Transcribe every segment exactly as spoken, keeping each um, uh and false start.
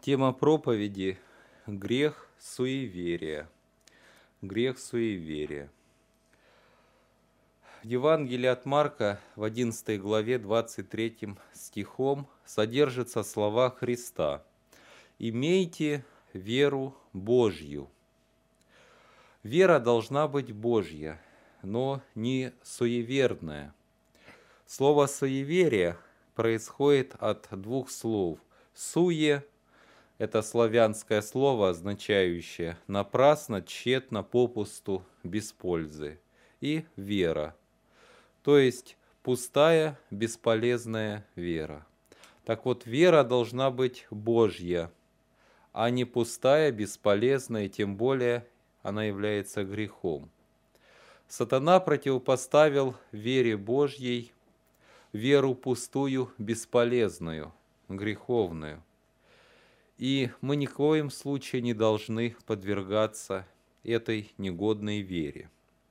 Тема проповеди – грех суеверия. Грех суеверия. В Евангелии от Марка в одиннадцатой главе двадцать третьим стихом содержатся слова Христа: «Имейте веру Божью». Вера должна быть Божья, но не суеверная. Слово «суеверие» происходит от двух слов. «Суе» – это славянское слово, означающее «напрасно, тщетно, попусту, без пользы», и «вера», то есть пустая, бесполезная вера. Так вот, вера должна быть Божья, а не пустая, бесполезная, и тем более она является грехом. Сатана противопоставил вере Божьей веру пустую, бесполезную, греховную. И мы ни в коем случае не должны подвергаться этой негодной вере.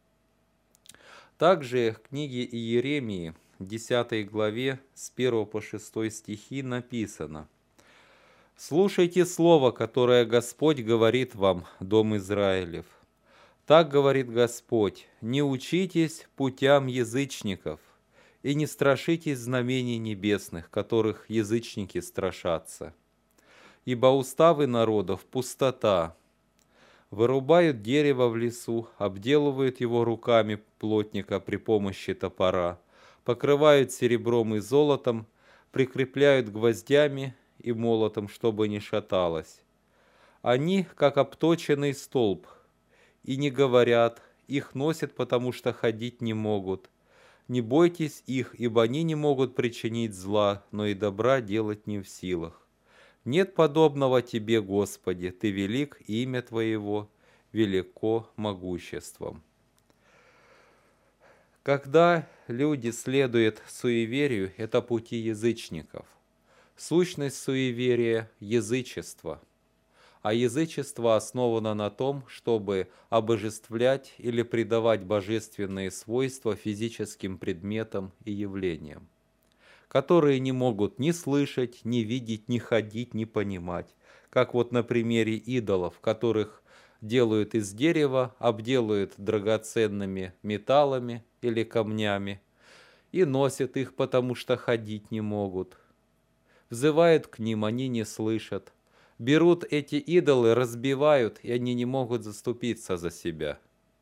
Также в книге Иеремии, десятой главе, с первого по шестой стихи написано: «Слушайте слово, которое Господь говорит вам, дом Израилев. Так говорит Господь: не учитесь путям язычников, и не страшитесь знамений небесных, которых язычники страшатся. Ибо уставы народов – пустота. Вырубают дерево в лесу, обделывают его руками плотника при помощи топора, покрывают серебром и золотом, прикрепляют гвоздями и молотом, чтобы не шаталось. Они, как обточенный столб, и не говорят, их носят, потому что ходить не могут. Не бойтесь их, ибо они не могут причинить зла, но и добра делать не в силах. Нет подобного Тебе, Господи, Ты велик, и имя Твоего велико могуществом». Когда люди следуют суеверию, это пути язычников. Сущность суеверия – язычество. А язычество основано на том, чтобы обожествлять или придавать божественные свойства физическим предметам и явлениям, которые не могут ни слышать, ни видеть, ни ходить, ни понимать. Как вот на примере идолов, которых делают из дерева, обделают драгоценными металлами или камнями и носят их, потому что ходить не могут. Взывают к ним, они не слышат. Берут эти идолы, разбивают, и они не могут заступиться за себя.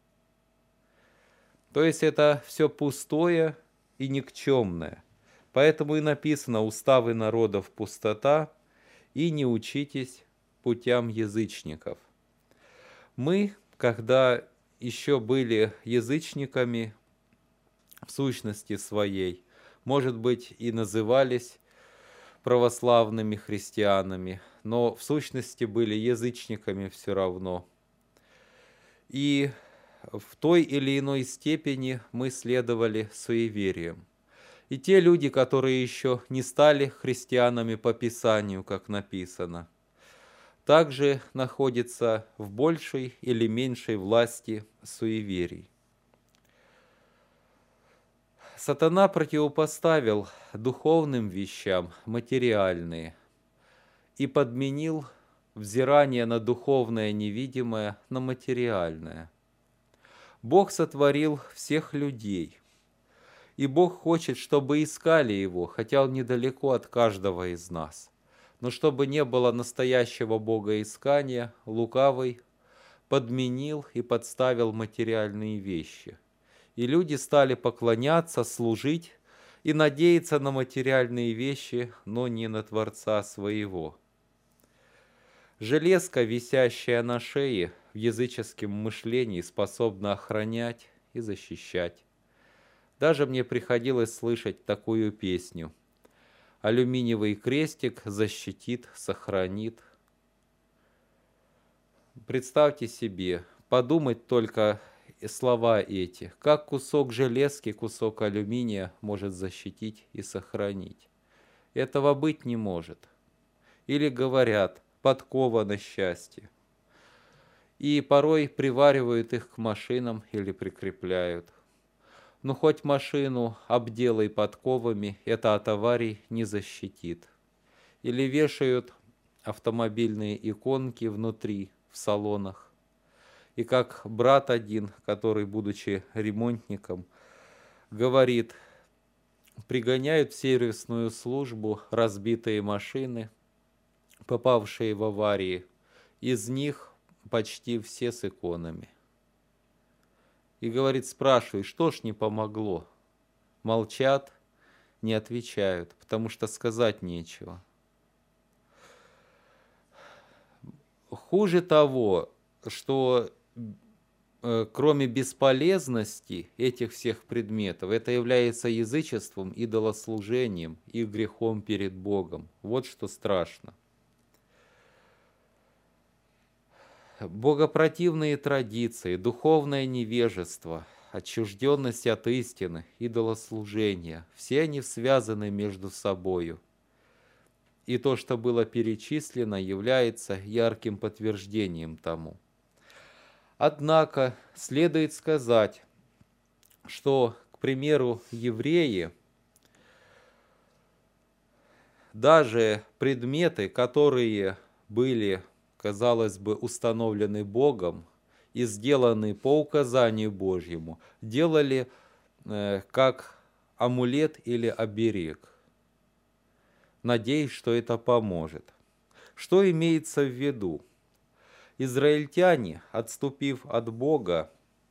То есть это все пустое и никчемное. Поэтому и написано: «Уставы народов пустота, и не учитесь путям язычников». Мы, когда еще были язычниками в сущности своей, может быть, и назывались православными христианами, но в сущности были язычниками все равно. И в той или иной степени мы следовали суевериям. И те люди, которые еще не стали христианами по Писанию, как написано, также находятся в большей или меньшей власти суеверий. Сатана противопоставил духовным вещам материальные и подменил взирание на духовное невидимое на материальное. Бог сотворил всех людей, и Бог хочет, чтобы искали Его, хотя Он недалеко от каждого из нас. Но чтобы не было настоящего богоискания, лукавый подменил и подставил материальные вещи. И люди стали поклоняться, служить и надеяться на материальные вещи, но не на Творца своего. Железка, висящая на шее, в языческом мышлении способна охранять и защищать. Даже мне приходилось слышать такую песню: «Алюминиевый крестик защитит, сохранит». Представьте себе, подумать только слова эти, как кусок железки, кусок алюминия может защитить и сохранить. Этого быть не может. Или говорят: подкова на счастье. И порой приваривают их к машинам или прикрепляют. Но хоть машину обделай подковами, это от аварий не защитит. Или вешают автомобильные иконки внутри, в салонах. И как брат один, который, будучи ремонтником, говорит, пригоняют в сервисную службу разбитые машины, попавшие в аварии, из них почти все с иконами. И говорит, спрашиваю, что ж не помогло? Молчат, не отвечают, потому что сказать нечего. Хуже того, что э, кроме бесполезности этих всех предметов, это является язычеством, идолослужением и грехом перед Богом. Вот что страшно. Богопротивные традиции, духовное невежество, отчужденность от истины, идолослужение, все они связаны между собою. И то, что было перечислено, является ярким подтверждением тому. Однако следует сказать, что, к примеру, евреи, даже предметы, которые были, казалось бы, установлены Богом и сделаны по указанию Божьему, делали э, как амулет или оберег, надеясь, что это поможет. Что имеется в виду? Израильтяне, отступив от Бога,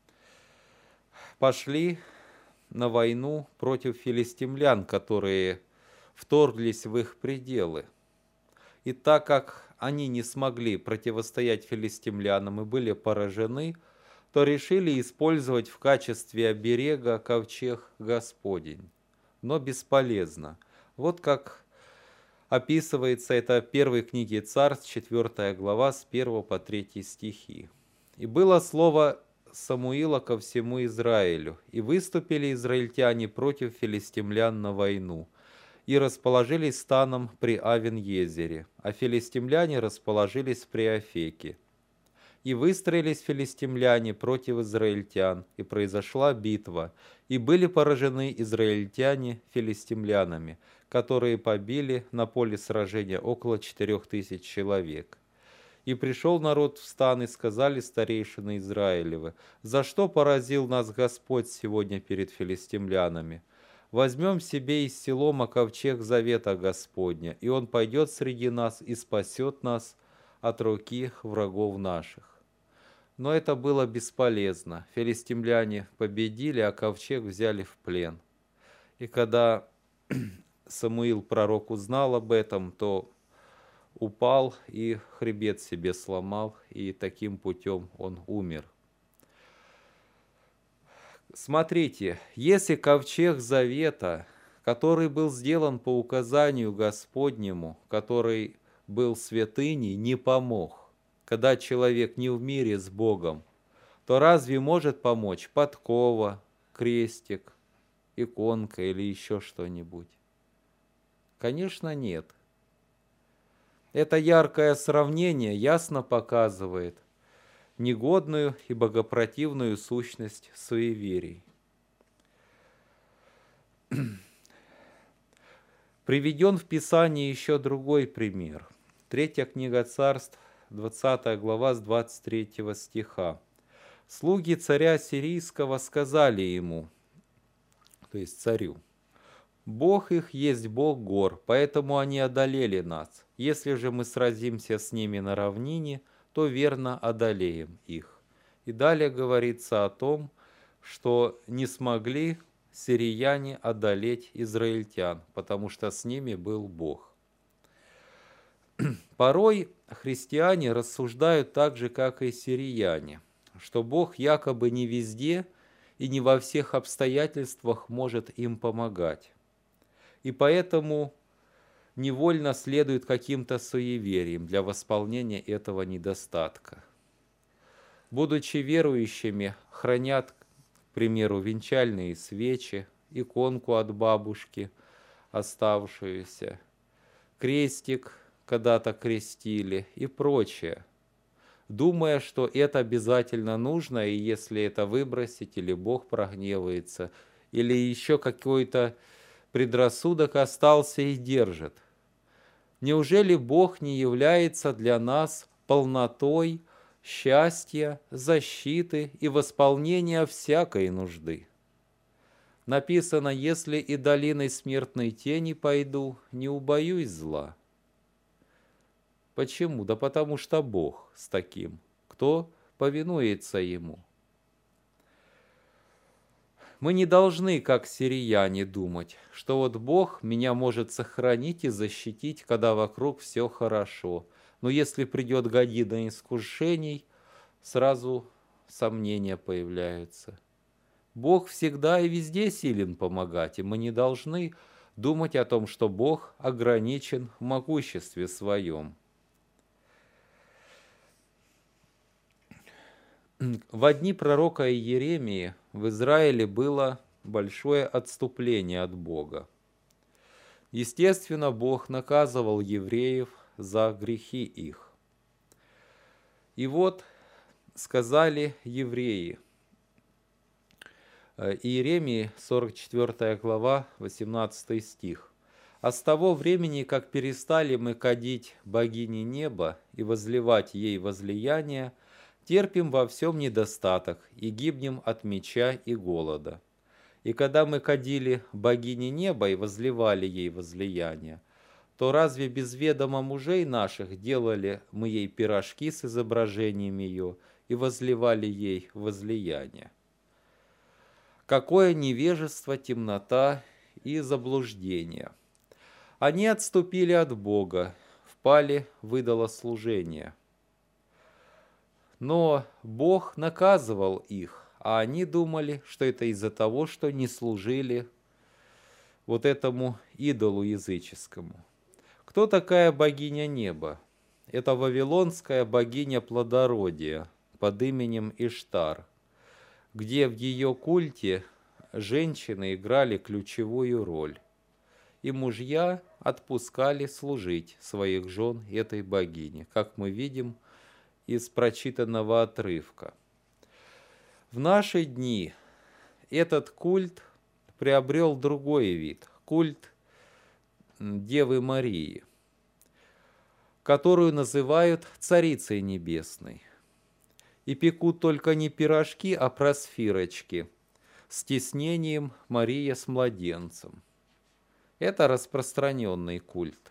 пошли на войну против филистимлян, которые вторглись в их пределы. И так как они не смогли противостоять филистимлянам и были поражены, то решили использовать в качестве оберега ковчег Господень. Но бесполезно. Вот как описывается это в первой книге Царств, четвёртая глава, с первого по третий стихи. «И было слово Самуила ко всему Израилю, и выступили израильтяне против филистимлян на войну, и расположились станом при Авен-Езере, а филистимляне расположились при Афеке. И выстроились филистимляне против израильтян, и произошла битва, и были поражены израильтяне филистимлянами, которые побили на поле сражения около четырех тысяч человек. И пришел народ в стан, и сказали старейшины Израилевы, за что поразил нас Господь сегодня перед филистимлянами? Возьмем себе из Силома ковчег завета Господня, и он пойдет среди нас и спасет нас от руки врагов наших. Но это было бесполезно. Филистимляне победили, а ковчег взяли в плен. И когда Самуил, пророк, узнал об этом, то упал и хребет себе сломал, и таким путем он умер. Смотрите, если ковчег завета, который был сделан по указанию Господнему, который был святыней, не помог, когда человек не в мире с Богом, то разве может помочь подкова, крестик, иконка или еще что-нибудь? Конечно, нет. Это яркое сравнение ясно показывает негодную и богопротивную сущность суеверий. Приведен в Писании еще другой пример. Третья книга Царств, двадцатая глава, с двадцать третьего стиха. «Слуги царя сирийского сказали ему», то есть царю, «Бог их есть Бог гор, поэтому они одолели нас. Если же мы сразимся с ними на равнине, то верно одолеем их». И далее говорится о том, что не смогли сирияне одолеть израильтян, потому что с ними был Бог. Порой христиане рассуждают так же, как и сирияне, что Бог якобы не везде и не во всех обстоятельствах может им помогать. И поэтому невольно следует каким-то суевериям для восполнения этого недостатка. Будучи верующими, хранят, к примеру, венчальные свечи, иконку от бабушки, оставшуюся, крестик когда-то крестили и прочее, думая, что это обязательно нужно, и если это выбросить, или Бог прогневается, или еще какой-то предрассудок остался и держит. Неужели Бог не является для нас полнотой счастья, защиты и восполнения всякой нужды? Написано: «Если и долиной смертной тени пойду, не убоюсь зла». Почему? Да потому что Бог с таким, кто повинуется Ему. Мы не должны, как сирияне, думать, что вот Бог меня может сохранить и защитить, когда вокруг все хорошо. Но если придет година искушений, сразу сомнения появляются. Бог всегда и везде силен помогать, и мы не должны думать о том, что Бог ограничен в могуществе своем. В дни пророка Иеремии в Израиле было большое отступление от Бога. Естественно, Бог наказывал евреев за грехи их. И вот сказали евреи, Иеремии, сорок четвёртая глава, восемнадцатый стих. «А с того времени, как перестали мы кадить богине неба и возливать ей возлияние, терпим во всем недостаток и гибнем от меча и голода. И когда мы кадили богине неба и возливали ей возлияние, то разве без ведома мужей наших делали мы ей пирожки с изображением ее и возливали ей возлияние? Какое невежество, темнота и заблуждение! Они отступили от Бога, впали в идолослужение. Но Бог наказывал их, а они думали, что это из-за того, что не служили вот этому идолу языческому. Кто такая богиня неба? Это вавилонская богиня плодородия под именем Иштар, где в ее культе женщины играли ключевую роль, и мужья отпускали служить своих жен этой богине, как мы видим из прочитанного отрывка. В наши дни этот культ приобрел другой вид, культ Девы Марии, которую называют Царицей Небесной. И пекут только не пирожки, а просфирочки с тиснением Мария с младенцем. Это распространенный культ.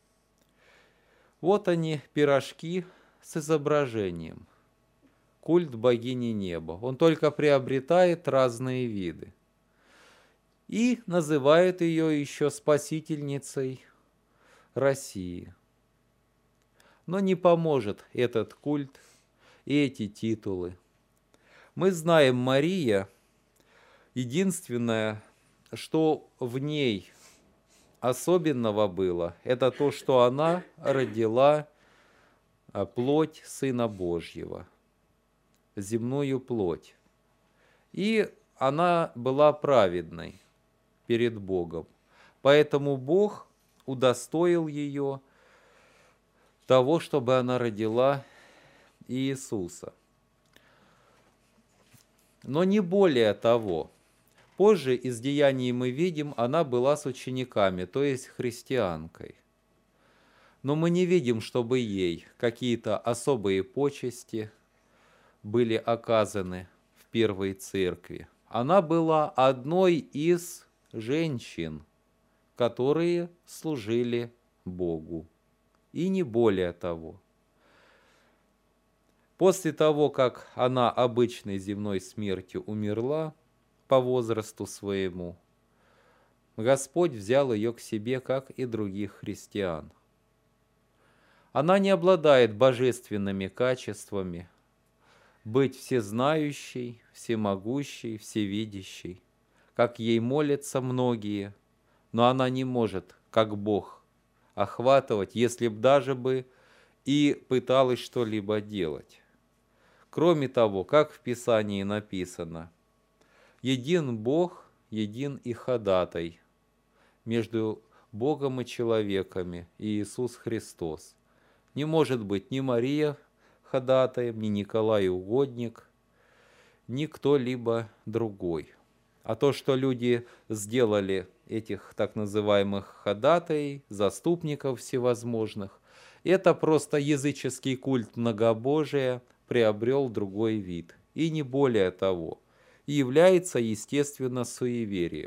Вот они, пирожки с изображением. Культ богини неба. Он только приобретает разные виды. И называют ее еще спасительницей России. Но не поможет этот культ и эти титулы. Мы знаем, Мария, единственное, что в ней особенного было, это то, что она родила плоть Сына Божьего, земную плоть. И она была праведной перед Богом. Поэтому Бог удостоил ее того, чтобы она родила Иисуса. Но не более того. Позже из деяний мы видим, она была с учениками, то есть христианкой. Но мы не видим, чтобы ей какие-то особые почести были оказаны в первой церкви. Она была одной из женщин, которые служили Богу. И не более того. После того, как она обычной земной смертью умерла по возрасту своему, Господь взял ее к себе, как и других христиан. Она не обладает божественными качествами, быть всезнающей, всемогущей, всевидящей, как ей молятся многие, но она не может, как Бог, охватывать, если б даже бы и пыталась что-либо делать. Кроме того, как в Писании написано, «Един Бог, един и ходатай между Богом и человеками, Иисус Христос». Не может быть ни Мария ходатаем, ни Николай угодник, ни кто-либо другой. А то, что люди сделали этих так называемых ходатаев, заступников всевозможных. Это просто языческий культ многобожия приобрел другой вид, и не более того, и является, естественно, суеверием.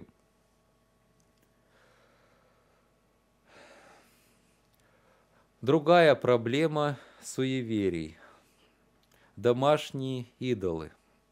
Другая проблема суеверий – домашние идолы.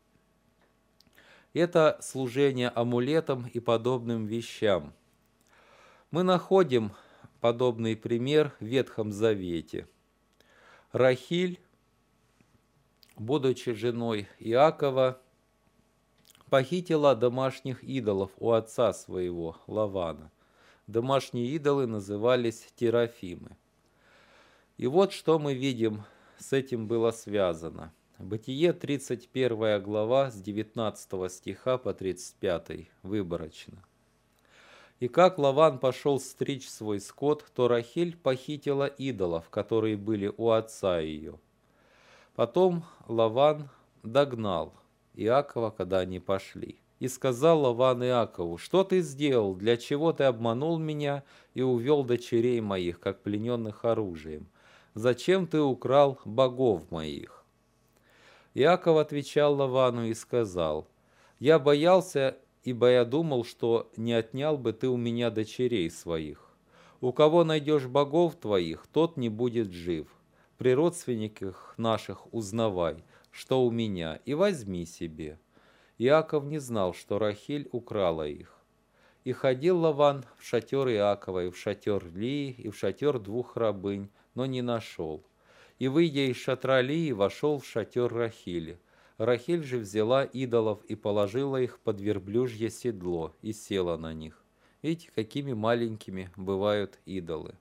Это служение амулетам и подобным вещам. Мы находим подобный пример в Ветхом Завете. Рахиль, будучи женой Иакова, похитила домашних идолов у отца своего, Лавана. Домашние идолы назывались терафимы. И вот что мы видим, с этим было связано. Бытие, тридцать первая глава, с девятнадцатого стиха по тридцать пятый, выборочно. «И как Лаван пошел стричь свой скот, то Рахиль похитила идолов, которые были у отца ее. Потом Лаван догнал Иакова, когда они пошли. И сказал Лаван Иакову: что ты сделал, для чего ты обманул меня и увел дочерей моих, как плененных оружием? Зачем ты украл богов моих?» Иаков отвечал Лавану и сказал: «Я боялся, ибо я думал, что не отнял бы ты у меня дочерей своих. У кого найдешь богов твоих, тот не будет жив. При родственниках наших узнавай, что у меня, и возьми себе». Иаков не знал, что Рахиль украла их. И ходил Лаван в шатер Иакова, и в шатер Лии, и в шатер двух рабынь, но не нашел. И, выйдя из шатра Лии, вошел в шатер Рахили. Рахиль же взяла идолов и положила их под верблюжье седло и села на них. Видите, какими маленькими бывают идолы.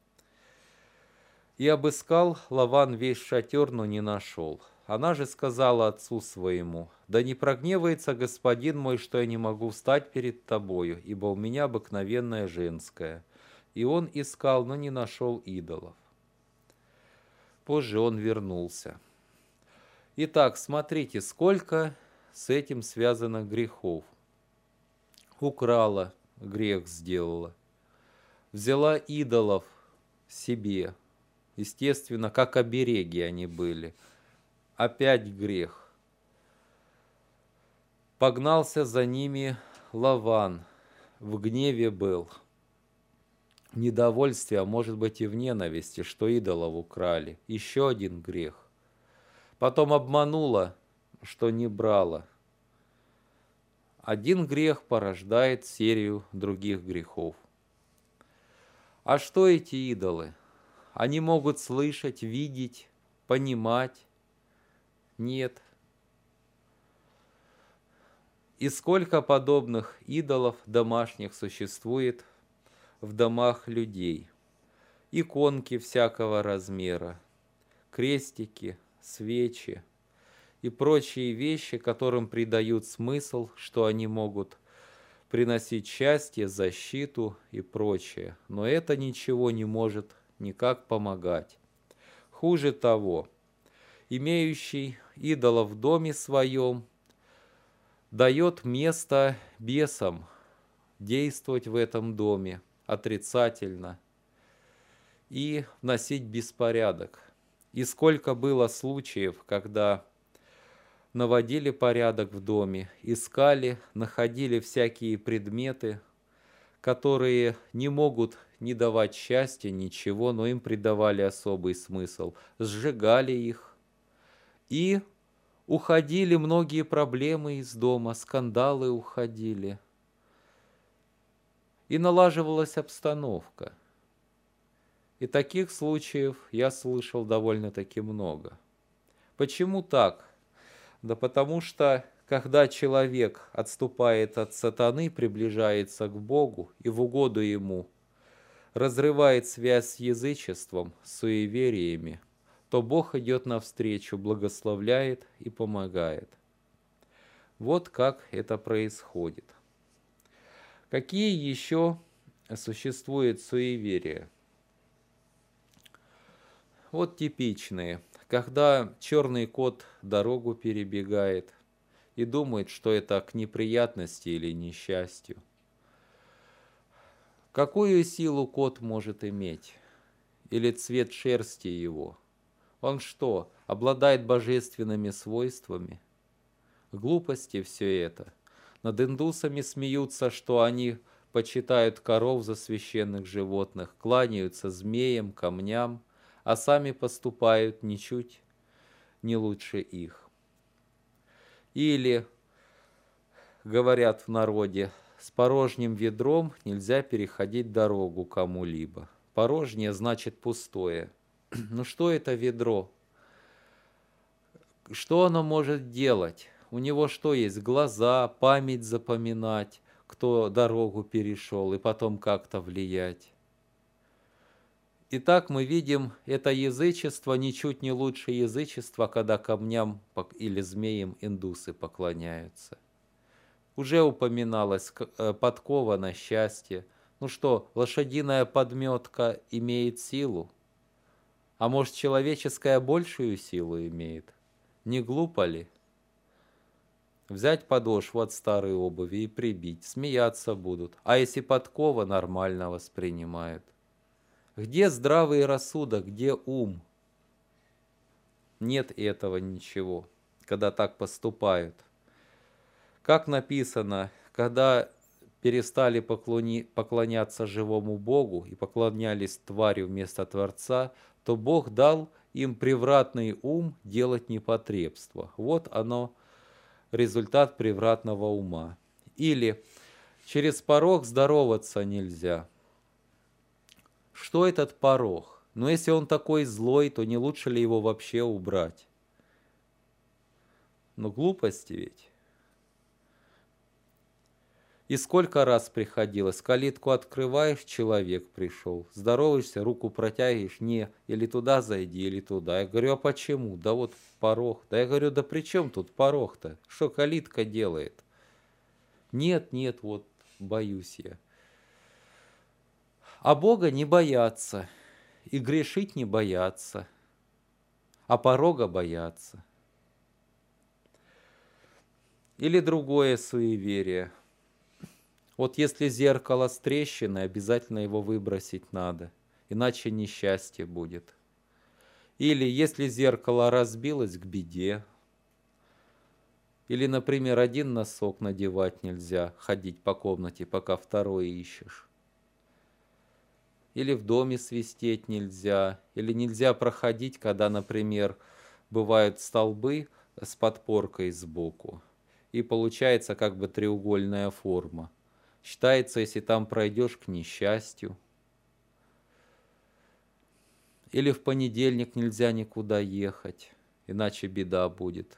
И обыскал Лаван весь шатер, но не нашел. Она же сказала отцу своему: «Да не прогневается господин мой, что я не могу встать перед тобою, ибо у меня обыкновенная женская». И он искал, но не нашел идолов. Позже он вернулся. Итак, смотрите, сколько с этим связано грехов. Украла, грех сделала. Взяла идолов себе. Естественно, как обереги они были. Опять грех. Погнался за ними Лаван. В гневе был. В недовольстве, а может быть и в ненависти, что идолов украли. Еще один грех. Потом обманула, что не брала. Один грех порождает серию других грехов. А что эти идолы? Они могут слышать, видеть, понимать? Нет. И сколько подобных идолов домашних существует в домах людей? Иконки всякого размера, крестики, свечи и прочие вещи, которым придают смысл, что они могут приносить счастье, защиту и прочее. Но это ничего не может никак помогать. Хуже того, имеющий идола в доме своем дает место бесам действовать в этом доме отрицательно и вносить беспорядок. И сколько было случаев, когда наводили порядок в доме, искали, находили всякие предметы, которые не могут не давать счастья, ничего, но им придавали особый смысл, сжигали их, и уходили многие проблемы из дома, скандалы уходили, и налаживалась обстановка. И таких случаев я слышал довольно-таки много. Почему так? Да потому что, когда человек отступает от сатаны, приближается к Богу и в угоду ему разрывает связь с язычеством, с суевериями, то Бог идет навстречу, благословляет и помогает. Вот как это происходит. Какие еще существуют суеверия? Вот типичные. Когда черный кот дорогу перебегает и думает, что это к неприятности или несчастью. Какую силу кот может иметь? Или цвет шерсти его? Он что, обладает божественными свойствами? Глупости все это. Над индусами смеются, что они почитают коров за священных животных, кланяются змеям, камням, а сами поступают ничуть не лучше их. Или, говорят в народе, с порожним ведром нельзя переходить дорогу кому-либо. Порожнее значит пустое. Ну что это ведро? Что оно может делать? У него что есть? Глаза, память запоминать, кто дорогу перешел, и потом как-то влиять. Итак, мы видим, это язычество ничуть не лучше язычества, когда камням или змеям индусы поклоняются. Уже упоминалось подкова на счастье. Ну что, лошадиная подметка имеет силу? А может, человеческая большую силу имеет? Не глупо ли? Взять подошву от старой обуви и прибить, смеяться будут. А если подкова, нормально воспринимают. Где здравый рассудок, где ум? Нет этого ничего, когда так поступают. Как написано, когда перестали поклони, поклоняться живому Богу и поклонялись твари вместо Творца, то Бог дал им превратный ум делать непотребство. Вот оно, результат превратного ума. Или через порог здороваться нельзя. Что этот порог? Но если он такой злой, то не лучше ли его вообще убрать? Ну, глупости ведь. И сколько раз приходилось, калитку открываешь, человек пришел, здороваешься, руку протягиваешь, не, или туда зайди, или туда. Я говорю, а почему? Да вот порог. Да я говорю, да при чем тут порог-то? Что калитка делает? Нет, нет, вот боюсь я. А Бога не боятся, и грешить не боятся, а порога боятся. Или другое суеверие. Вот если зеркало с трещиной, обязательно его выбросить надо, иначе несчастье будет. Или если зеркало разбилось, к беде. Или, например, один носок надевать нельзя, ходить по комнате, пока второй ищешь. Или в доме свистеть нельзя, или нельзя проходить, когда, например, бывают столбы с подпоркой сбоку, и получается как бы треугольная форма. Считается, если там пройдешь, к несчастью. Или в понедельник нельзя никуда ехать, иначе беда будет.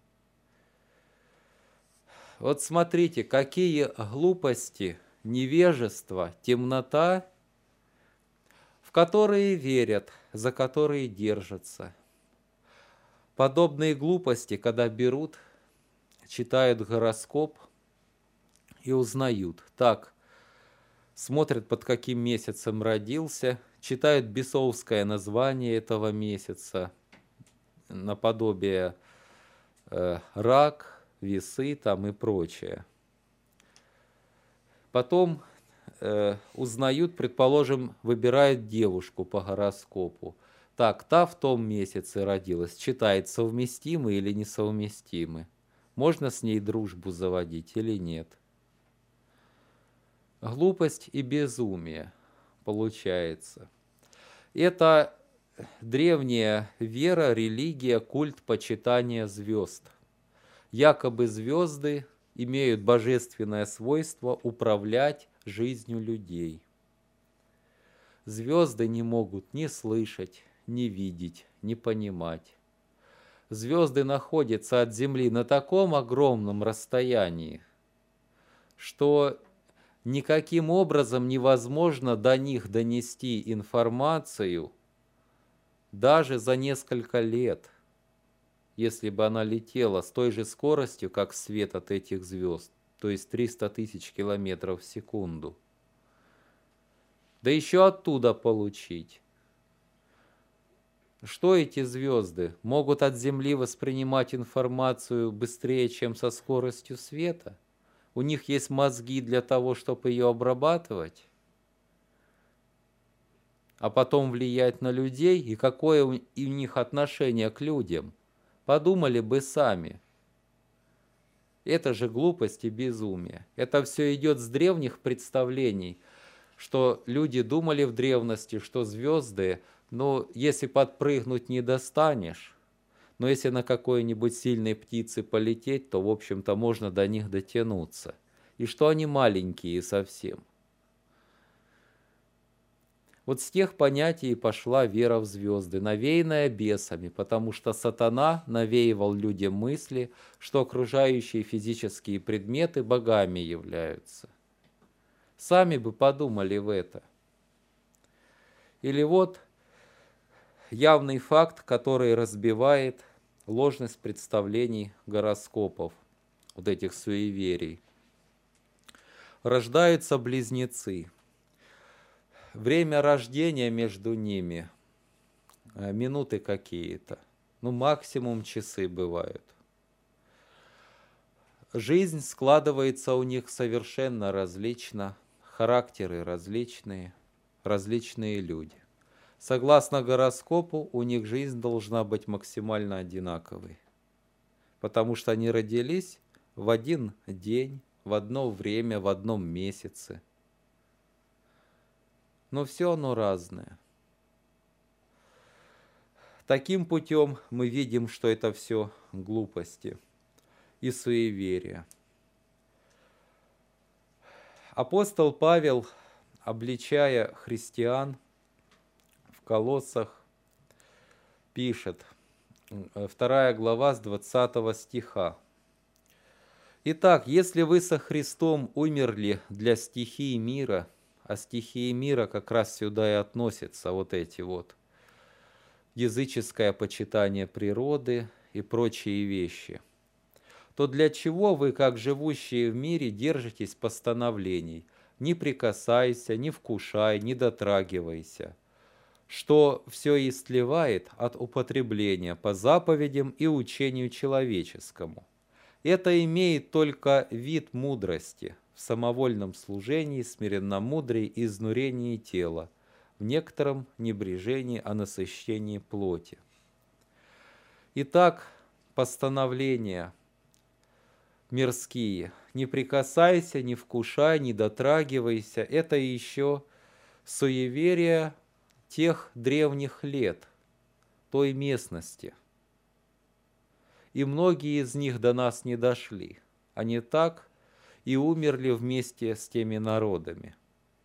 Вот смотрите, какие глупости, невежество, темнота, в которые верят, за которые держатся. Подобные глупости, когда берут, читают гороскоп и узнают. Так, смотрят, под каким месяцем родился, читают бесовское название этого месяца, наподобие э, рак, весы там и прочее. Потом э, узнают, предположим, выбирают девушку по гороскопу. Так, та в том месяце родилась, читает, совместимы или несовместимы. Можно с ней дружбу заводить или нет? Глупость и безумие получается. Это древняя вера, религия, культ почитания звезд. Якобы звезды имеют божественное свойство управлять жизнью людей. Звезды не могут ни слышать, ни видеть, ни понимать. Звезды находятся от Земли на таком огромном расстоянии, что никаким образом невозможно до них донести информацию даже за несколько лет, если бы она летела с той же скоростью, как свет от этих звезд, то есть триста тысяч километров в секунду. Да еще оттуда получить. Что эти звезды могут от Земли воспринимать информацию быстрее, чем со скоростью света? У них есть мозги для того, чтобы ее обрабатывать? а потом влиять на людей, и какое у и у них отношение к людям, подумали бы сами. Это же глупость и безумие. Это все идет с древних представлений, что люди думали в древности, что звезды, ну, если подпрыгнуть не достанешь, но если на какой-нибудь сильной птице полететь, то, в общем-то, можно до них дотянуться. И что они маленькие совсем. Вот с тех понятий и пошла вера в звезды, навеянная бесами, потому что сатана навеивал людям мысли, что окружающие физические предметы богами являются. Сами бы подумали в это. Или вот явный факт, который разбивает ложность представлений гороскопов, вот этих суеверий. Рождаются близнецы. Время рождения между ними минуты какие-то, ну максимум часы бывают. Жизнь складывается у них совершенно различно, характеры различные, различные люди. Согласно гороскопу, у них жизнь должна быть максимально одинаковой, потому что они родились в один день, в одно время, в одном месяце. Но все оно разное. Таким путем мы видим, что это все глупости и суеверия. Апостол Павел, обличая христиан в Колоссах, пишет, вторая глава с двадцатого стиха. «Итак, если вы со Христом умерли для стихий мира», а стихии мира как раз сюда и относятся вот эти вот языческое почитание природы и прочие вещи, то для чего вы, как живущие в мире, держитесь постановлений? Не прикасайся, не вкушай, не дотрагивайся, что все истлевает от употребления по заповедям и учению человеческому. Это имеет только вид мудрости в самовольном служении, смиренномудрии и изнурении тела, в некотором небрежении о насыщении плоти. Итак, постановления мирские. Не прикасайся, не вкушай, не дотрагивайся. Это еще суеверие тех древних лет, той местности. И многие из них до нас не дошли. Они так и умерли вместе с теми народами.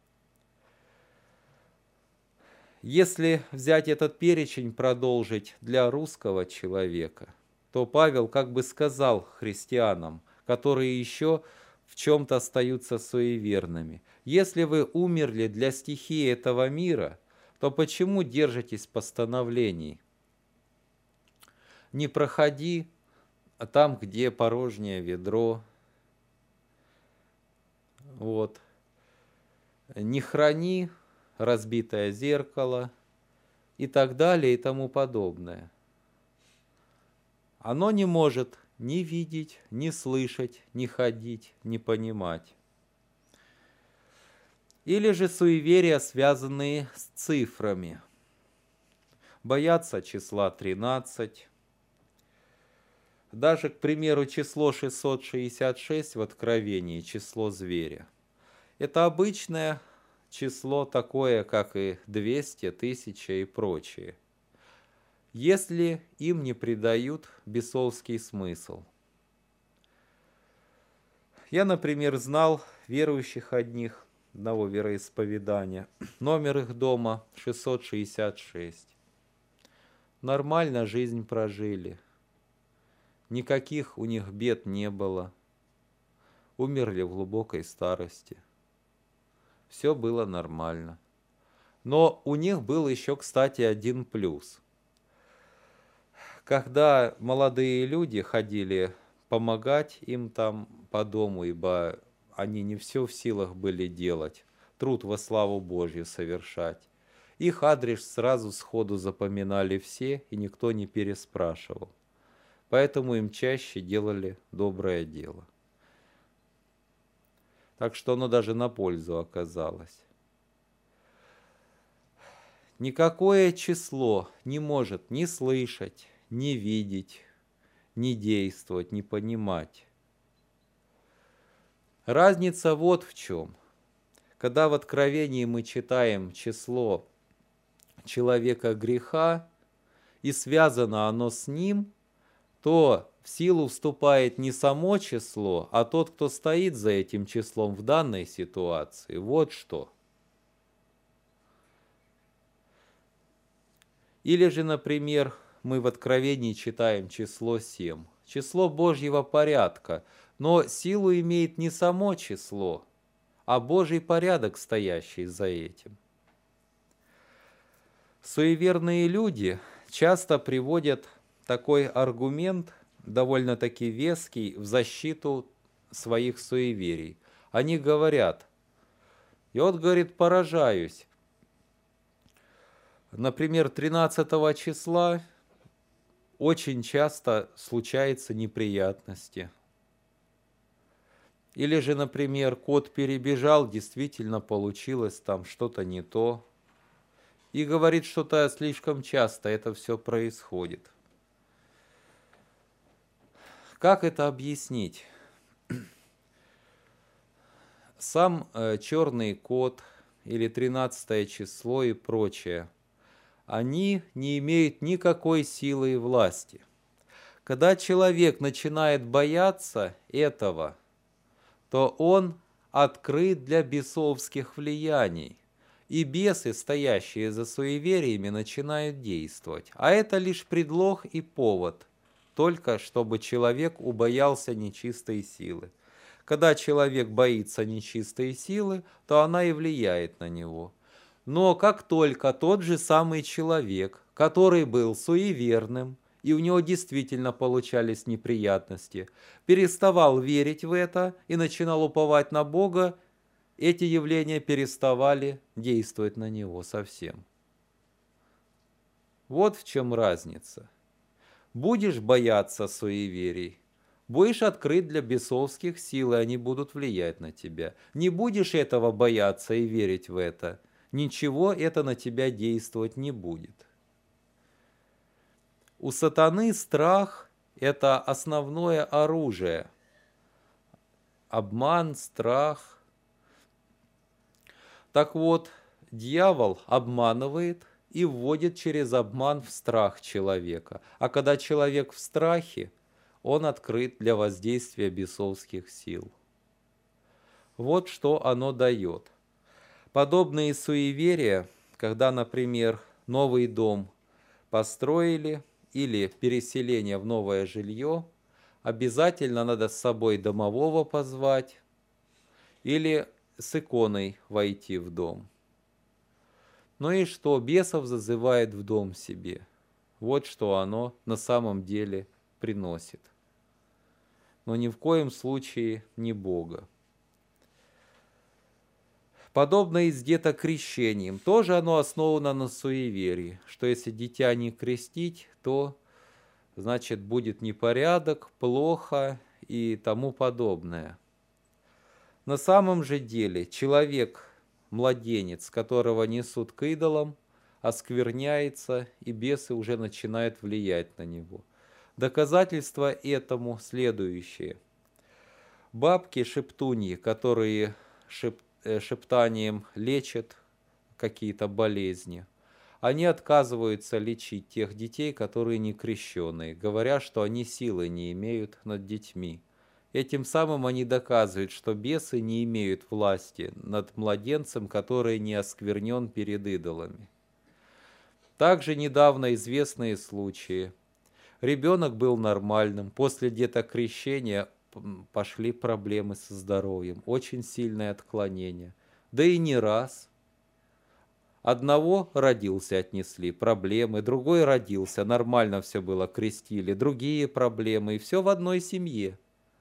Если взять этот перечень, продолжить для русского человека, то Павел как бы сказал христианам, которые еще в чем-то остаются суеверными: если вы умерли для стихии этого мира, то почему держитесь постановлений? Не проходи там, где порожнее ведро, вот. Не храни разбитое зеркало и так далее и тому подобное. Оно не может ни видеть, ни слышать, ни ходить, ни понимать. Или же суеверия, связанные с цифрами. Боятся числа тринадцать. Даже, к примеру, число шестьсот шестьдесят шесть в Откровении, число зверя, это обычное число, такое, как и двести, тысяча и прочее, если им не придают бесовский смысл. Я, например, знал верующих одних, одного вероисповедания, номер их дома шестьсот шестьдесят шесть. Нормально жизнь прожили. Никаких у них бед не было. Умерли в глубокой старости. Все было нормально. Но у них был еще, кстати, один плюс. Когда молодые люди ходили помогать им там по дому, ибо они не все в силах были делать, труд во славу Божью совершать, их адрес сразу сходу запоминали все, и никто не переспрашивал. Поэтому им чаще делали доброе дело. Так что оно даже на пользу оказалось. Никакое число не может ни слышать, ни видеть, ни действовать, ни понимать. Разница вот в чем. Когда в Откровении мы читаем число человека греха, и связано оно с ним, то в силу вступает не само число, а тот, кто стоит за этим числом в данной ситуации. Вот что. Или же, например, мы в Откровении читаем число семь. Число Божьего порядка, но силу имеет не само число, а Божий порядок, стоящий за этим. Суеверные люди часто приводят такой аргумент, довольно-таки веский, в защиту своих суеверий. Они говорят, и вот, говорит, поражаюсь. Например, тринадцатого числа очень часто случаются неприятности. Или же, например, кот перебежал, действительно получилось там что-то не то. И говорит, что-то слишком часто это все происходит. Как это объяснить? Сам э, черный кот или тринадцатое число и прочее, они не имеют никакой силы и власти. Когда человек начинает бояться этого, то он открыт для бесовских влияний. И бесы, стоящие за суевериями, начинают действовать. А это лишь предлог и повод, только чтобы человек убоялся нечистой силы. Когда человек боится нечистой силы, то она и влияет на него. Но как только тот же самый человек, который был суеверным, и у него действительно получались неприятности, переставал верить в это и начинал уповать на Бога, эти явления переставали действовать на него совсем. Вот в чем разница. Будешь бояться суеверий, будешь открыт для бесовских сил, и они будут влиять на тебя. Не будешь этого бояться и верить в это, ничего это на тебя действовать не будет. У сатаны страх – это основное оружие. Обман, страх. Так вот, дьявол обманывает и вводит через обман в страх человека. А когда человек в страхе, он открыт для воздействия бесовских сил. Вот что оно дает. Подобные суеверия, когда, например, новый дом построили или переселение в новое жилье, обязательно надо с собой домового позвать или с иконой войти в дом. Ну и что? Бесов зазывает в дом себе. Вот что оно на самом деле приносит. Но ни в коем случае не Бога. Подобно и с детокрещением. Тоже оно основано на суеверии, что если дитя не крестить, то, значит, будет непорядок, плохо и тому подобное. На самом же деле человек, младенец, которого несут к идолам, оскверняется, и бесы уже начинают влиять на него. Доказательство этому следующее. Бабки-шептуньи, которые шеп, э, шептанием лечат какие-то болезни, они отказываются лечить тех детей, которые не крещеные, говоря, что они силы не имеют над детьми. Этим самым они доказывают, что бесы не имеют власти над младенцем, который не осквернен перед идолами. Также недавно известные случаи. Ребенок был нормальным, после детокрещения пошли проблемы со здоровьем, очень сильное отклонение. Да и не раз. Одного родился, отнесли, проблемы, другой родился, нормально все было, крестили, другие проблемы, и все в одной семье.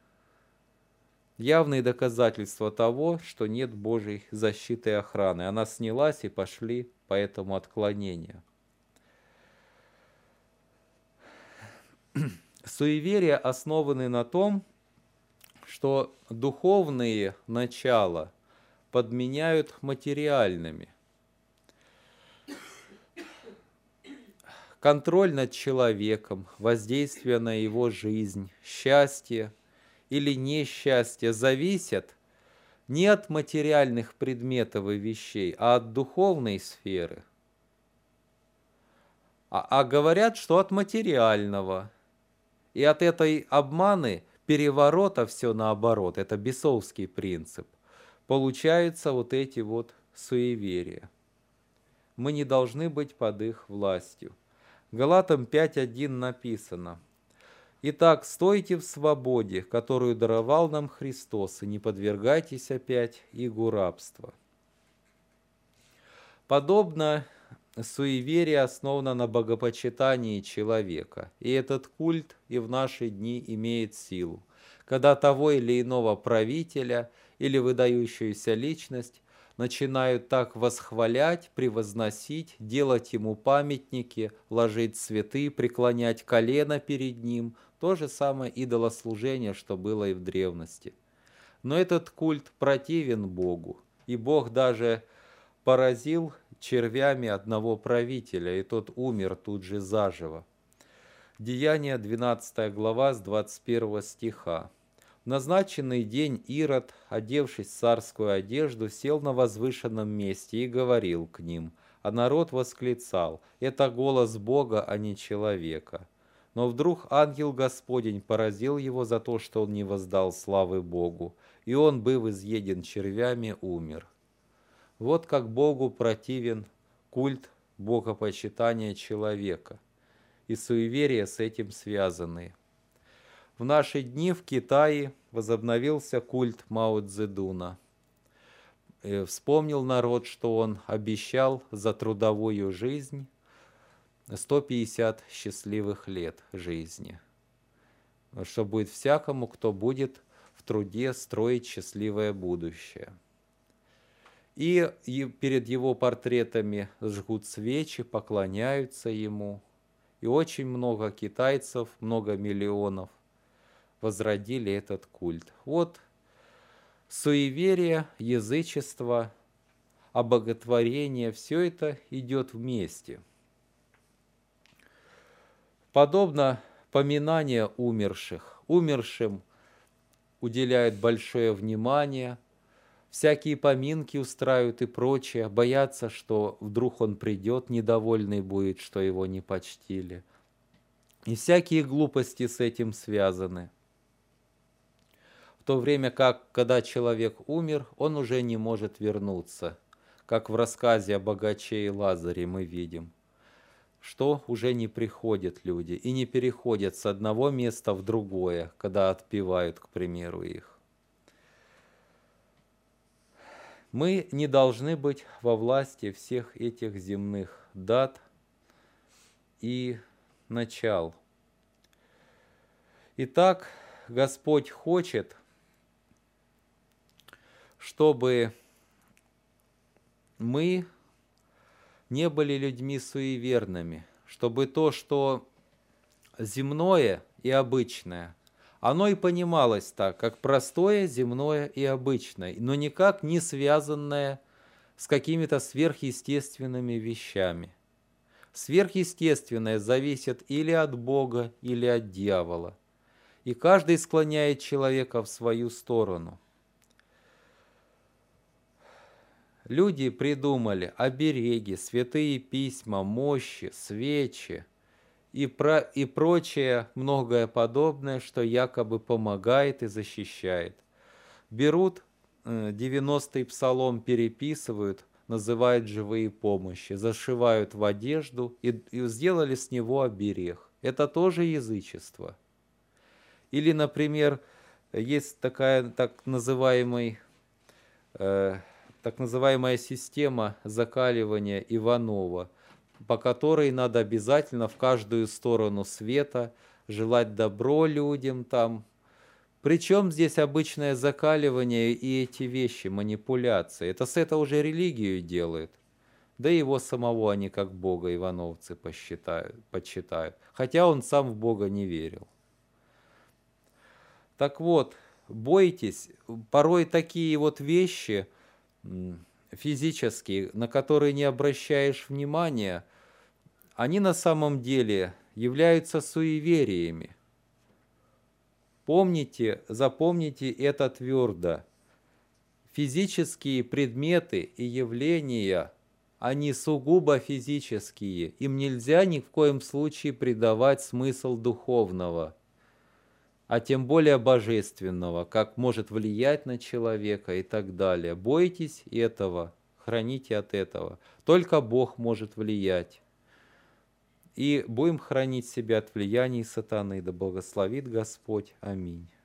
Явные доказательства того, что нет Божьей защиты и охраны. Она снялась, и пошли по этому отклонению. Суеверия основаны на том, что духовные начала подменяют материальными. контроль над человеком, воздействие на его жизнь, счастье или несчастье зависят не от материальных предметов и вещей, а от духовной сферы. А, а говорят, что от материального. И от этой обманы, переворота все наоборот, это бесовский принцип, получаются вот эти вот суеверия. Мы не должны быть под их властью. Галатам пять один написано: «Итак, стойте в свободе, которую даровал нам Христос, и не подвергайтесь опять игу рабства». Подобно суеверие основано на богопочитании человека, и этот культ и в наши дни имеет силу, когда того или иного правителя или выдающуюся личность начинают так восхвалять, превозносить, делать ему памятники, ложить цветы, преклонять колено перед ним. То же самое идолослужение, что было и в древности. Но этот культ противен Богу, и Бог даже поразил червями одного правителя, и тот умер тут же заживо. Деяния двенадцатая глава с двадцать первого стиха. В назначенный день Ирод, одевшись в царскую одежду, сел на возвышенном месте и говорил к ним, а народ восклицал: «Это голос Бога, а не человека». Но вдруг ангел Господень поразил его за то, что он не воздал славы Богу, и он, быв изъеден червями, умер. Вот как Богу противен культ богопочитания человека, и суеверия с этим связаны. В наши дни в Китае возобновился культ Мао Цзэдуна. Вспомнил народ, что он обещал за трудовую жизнь сто пятьдесят счастливых лет жизни, что будет всякому, кто будет в труде строить счастливое будущее. И перед его портретами жгут свечи, поклоняются ему. И очень много китайцев, много миллионов возродили этот культ. Вот суеверие, язычество, обоготворение, все это идет вместе. Подобно поминанию умерших. Умершим уделяют большое внимание, всякие поминки устраивают и прочее, боятся, что вдруг он придет, недовольный будет, что его не почтили. И всякие глупости с этим связаны. В то время как, когда человек умер, он уже не может вернуться. Как в рассказе о богаче и Лазаре мы видим, что уже не приходят люди и не переходят с одного места в другое, когда отпевают, к примеру, их. Мы не должны быть во власти всех этих земных дат и начал. Итак, Господь хочет, чтобы мы не были людьми суеверными, чтобы то, что земное и обычное, оно и понималось так, как простое, земное и обычное, но никак не связанное с какими-то сверхъестественными вещами. Сверхъестественное зависит или от Бога, или от дьявола, и каждый склоняет человека в свою сторону. Люди придумали обереги, святые письма, мощи, свечи и, про, и прочее многое подобное, что якобы помогает и защищает. Берут девяностый псалом, переписывают, называют живые помощи, зашивают в одежду и, и сделали с него оберег. Это тоже язычество. Или, например, есть такая так называемый... Э, так называемая система закаливания Иванова, по которой надо обязательно в каждую сторону света желать добро людям там. Причем здесь обычное закаливание и эти вещи, манипуляции. Это с этого уже религию делают. Да и его самого они как Бога ивановцы посчитают, почитают. Хотя он сам в Бога не верил. Так вот, бойтесь, порой такие вот вещи физические, на которые не обращаешь внимания, они на самом деле являются суевериями. Помните, запомните это твердо. Физические предметы и явления, они сугубо физические. Им нельзя ни в коем случае придавать смысл духовного, а тем более божественного, как может влиять на человека и так далее. Бойтесь этого, храните от этого. Только Бог может влиять. И будем хранить себя от влияний сатаны. Да благословит Господь. Аминь.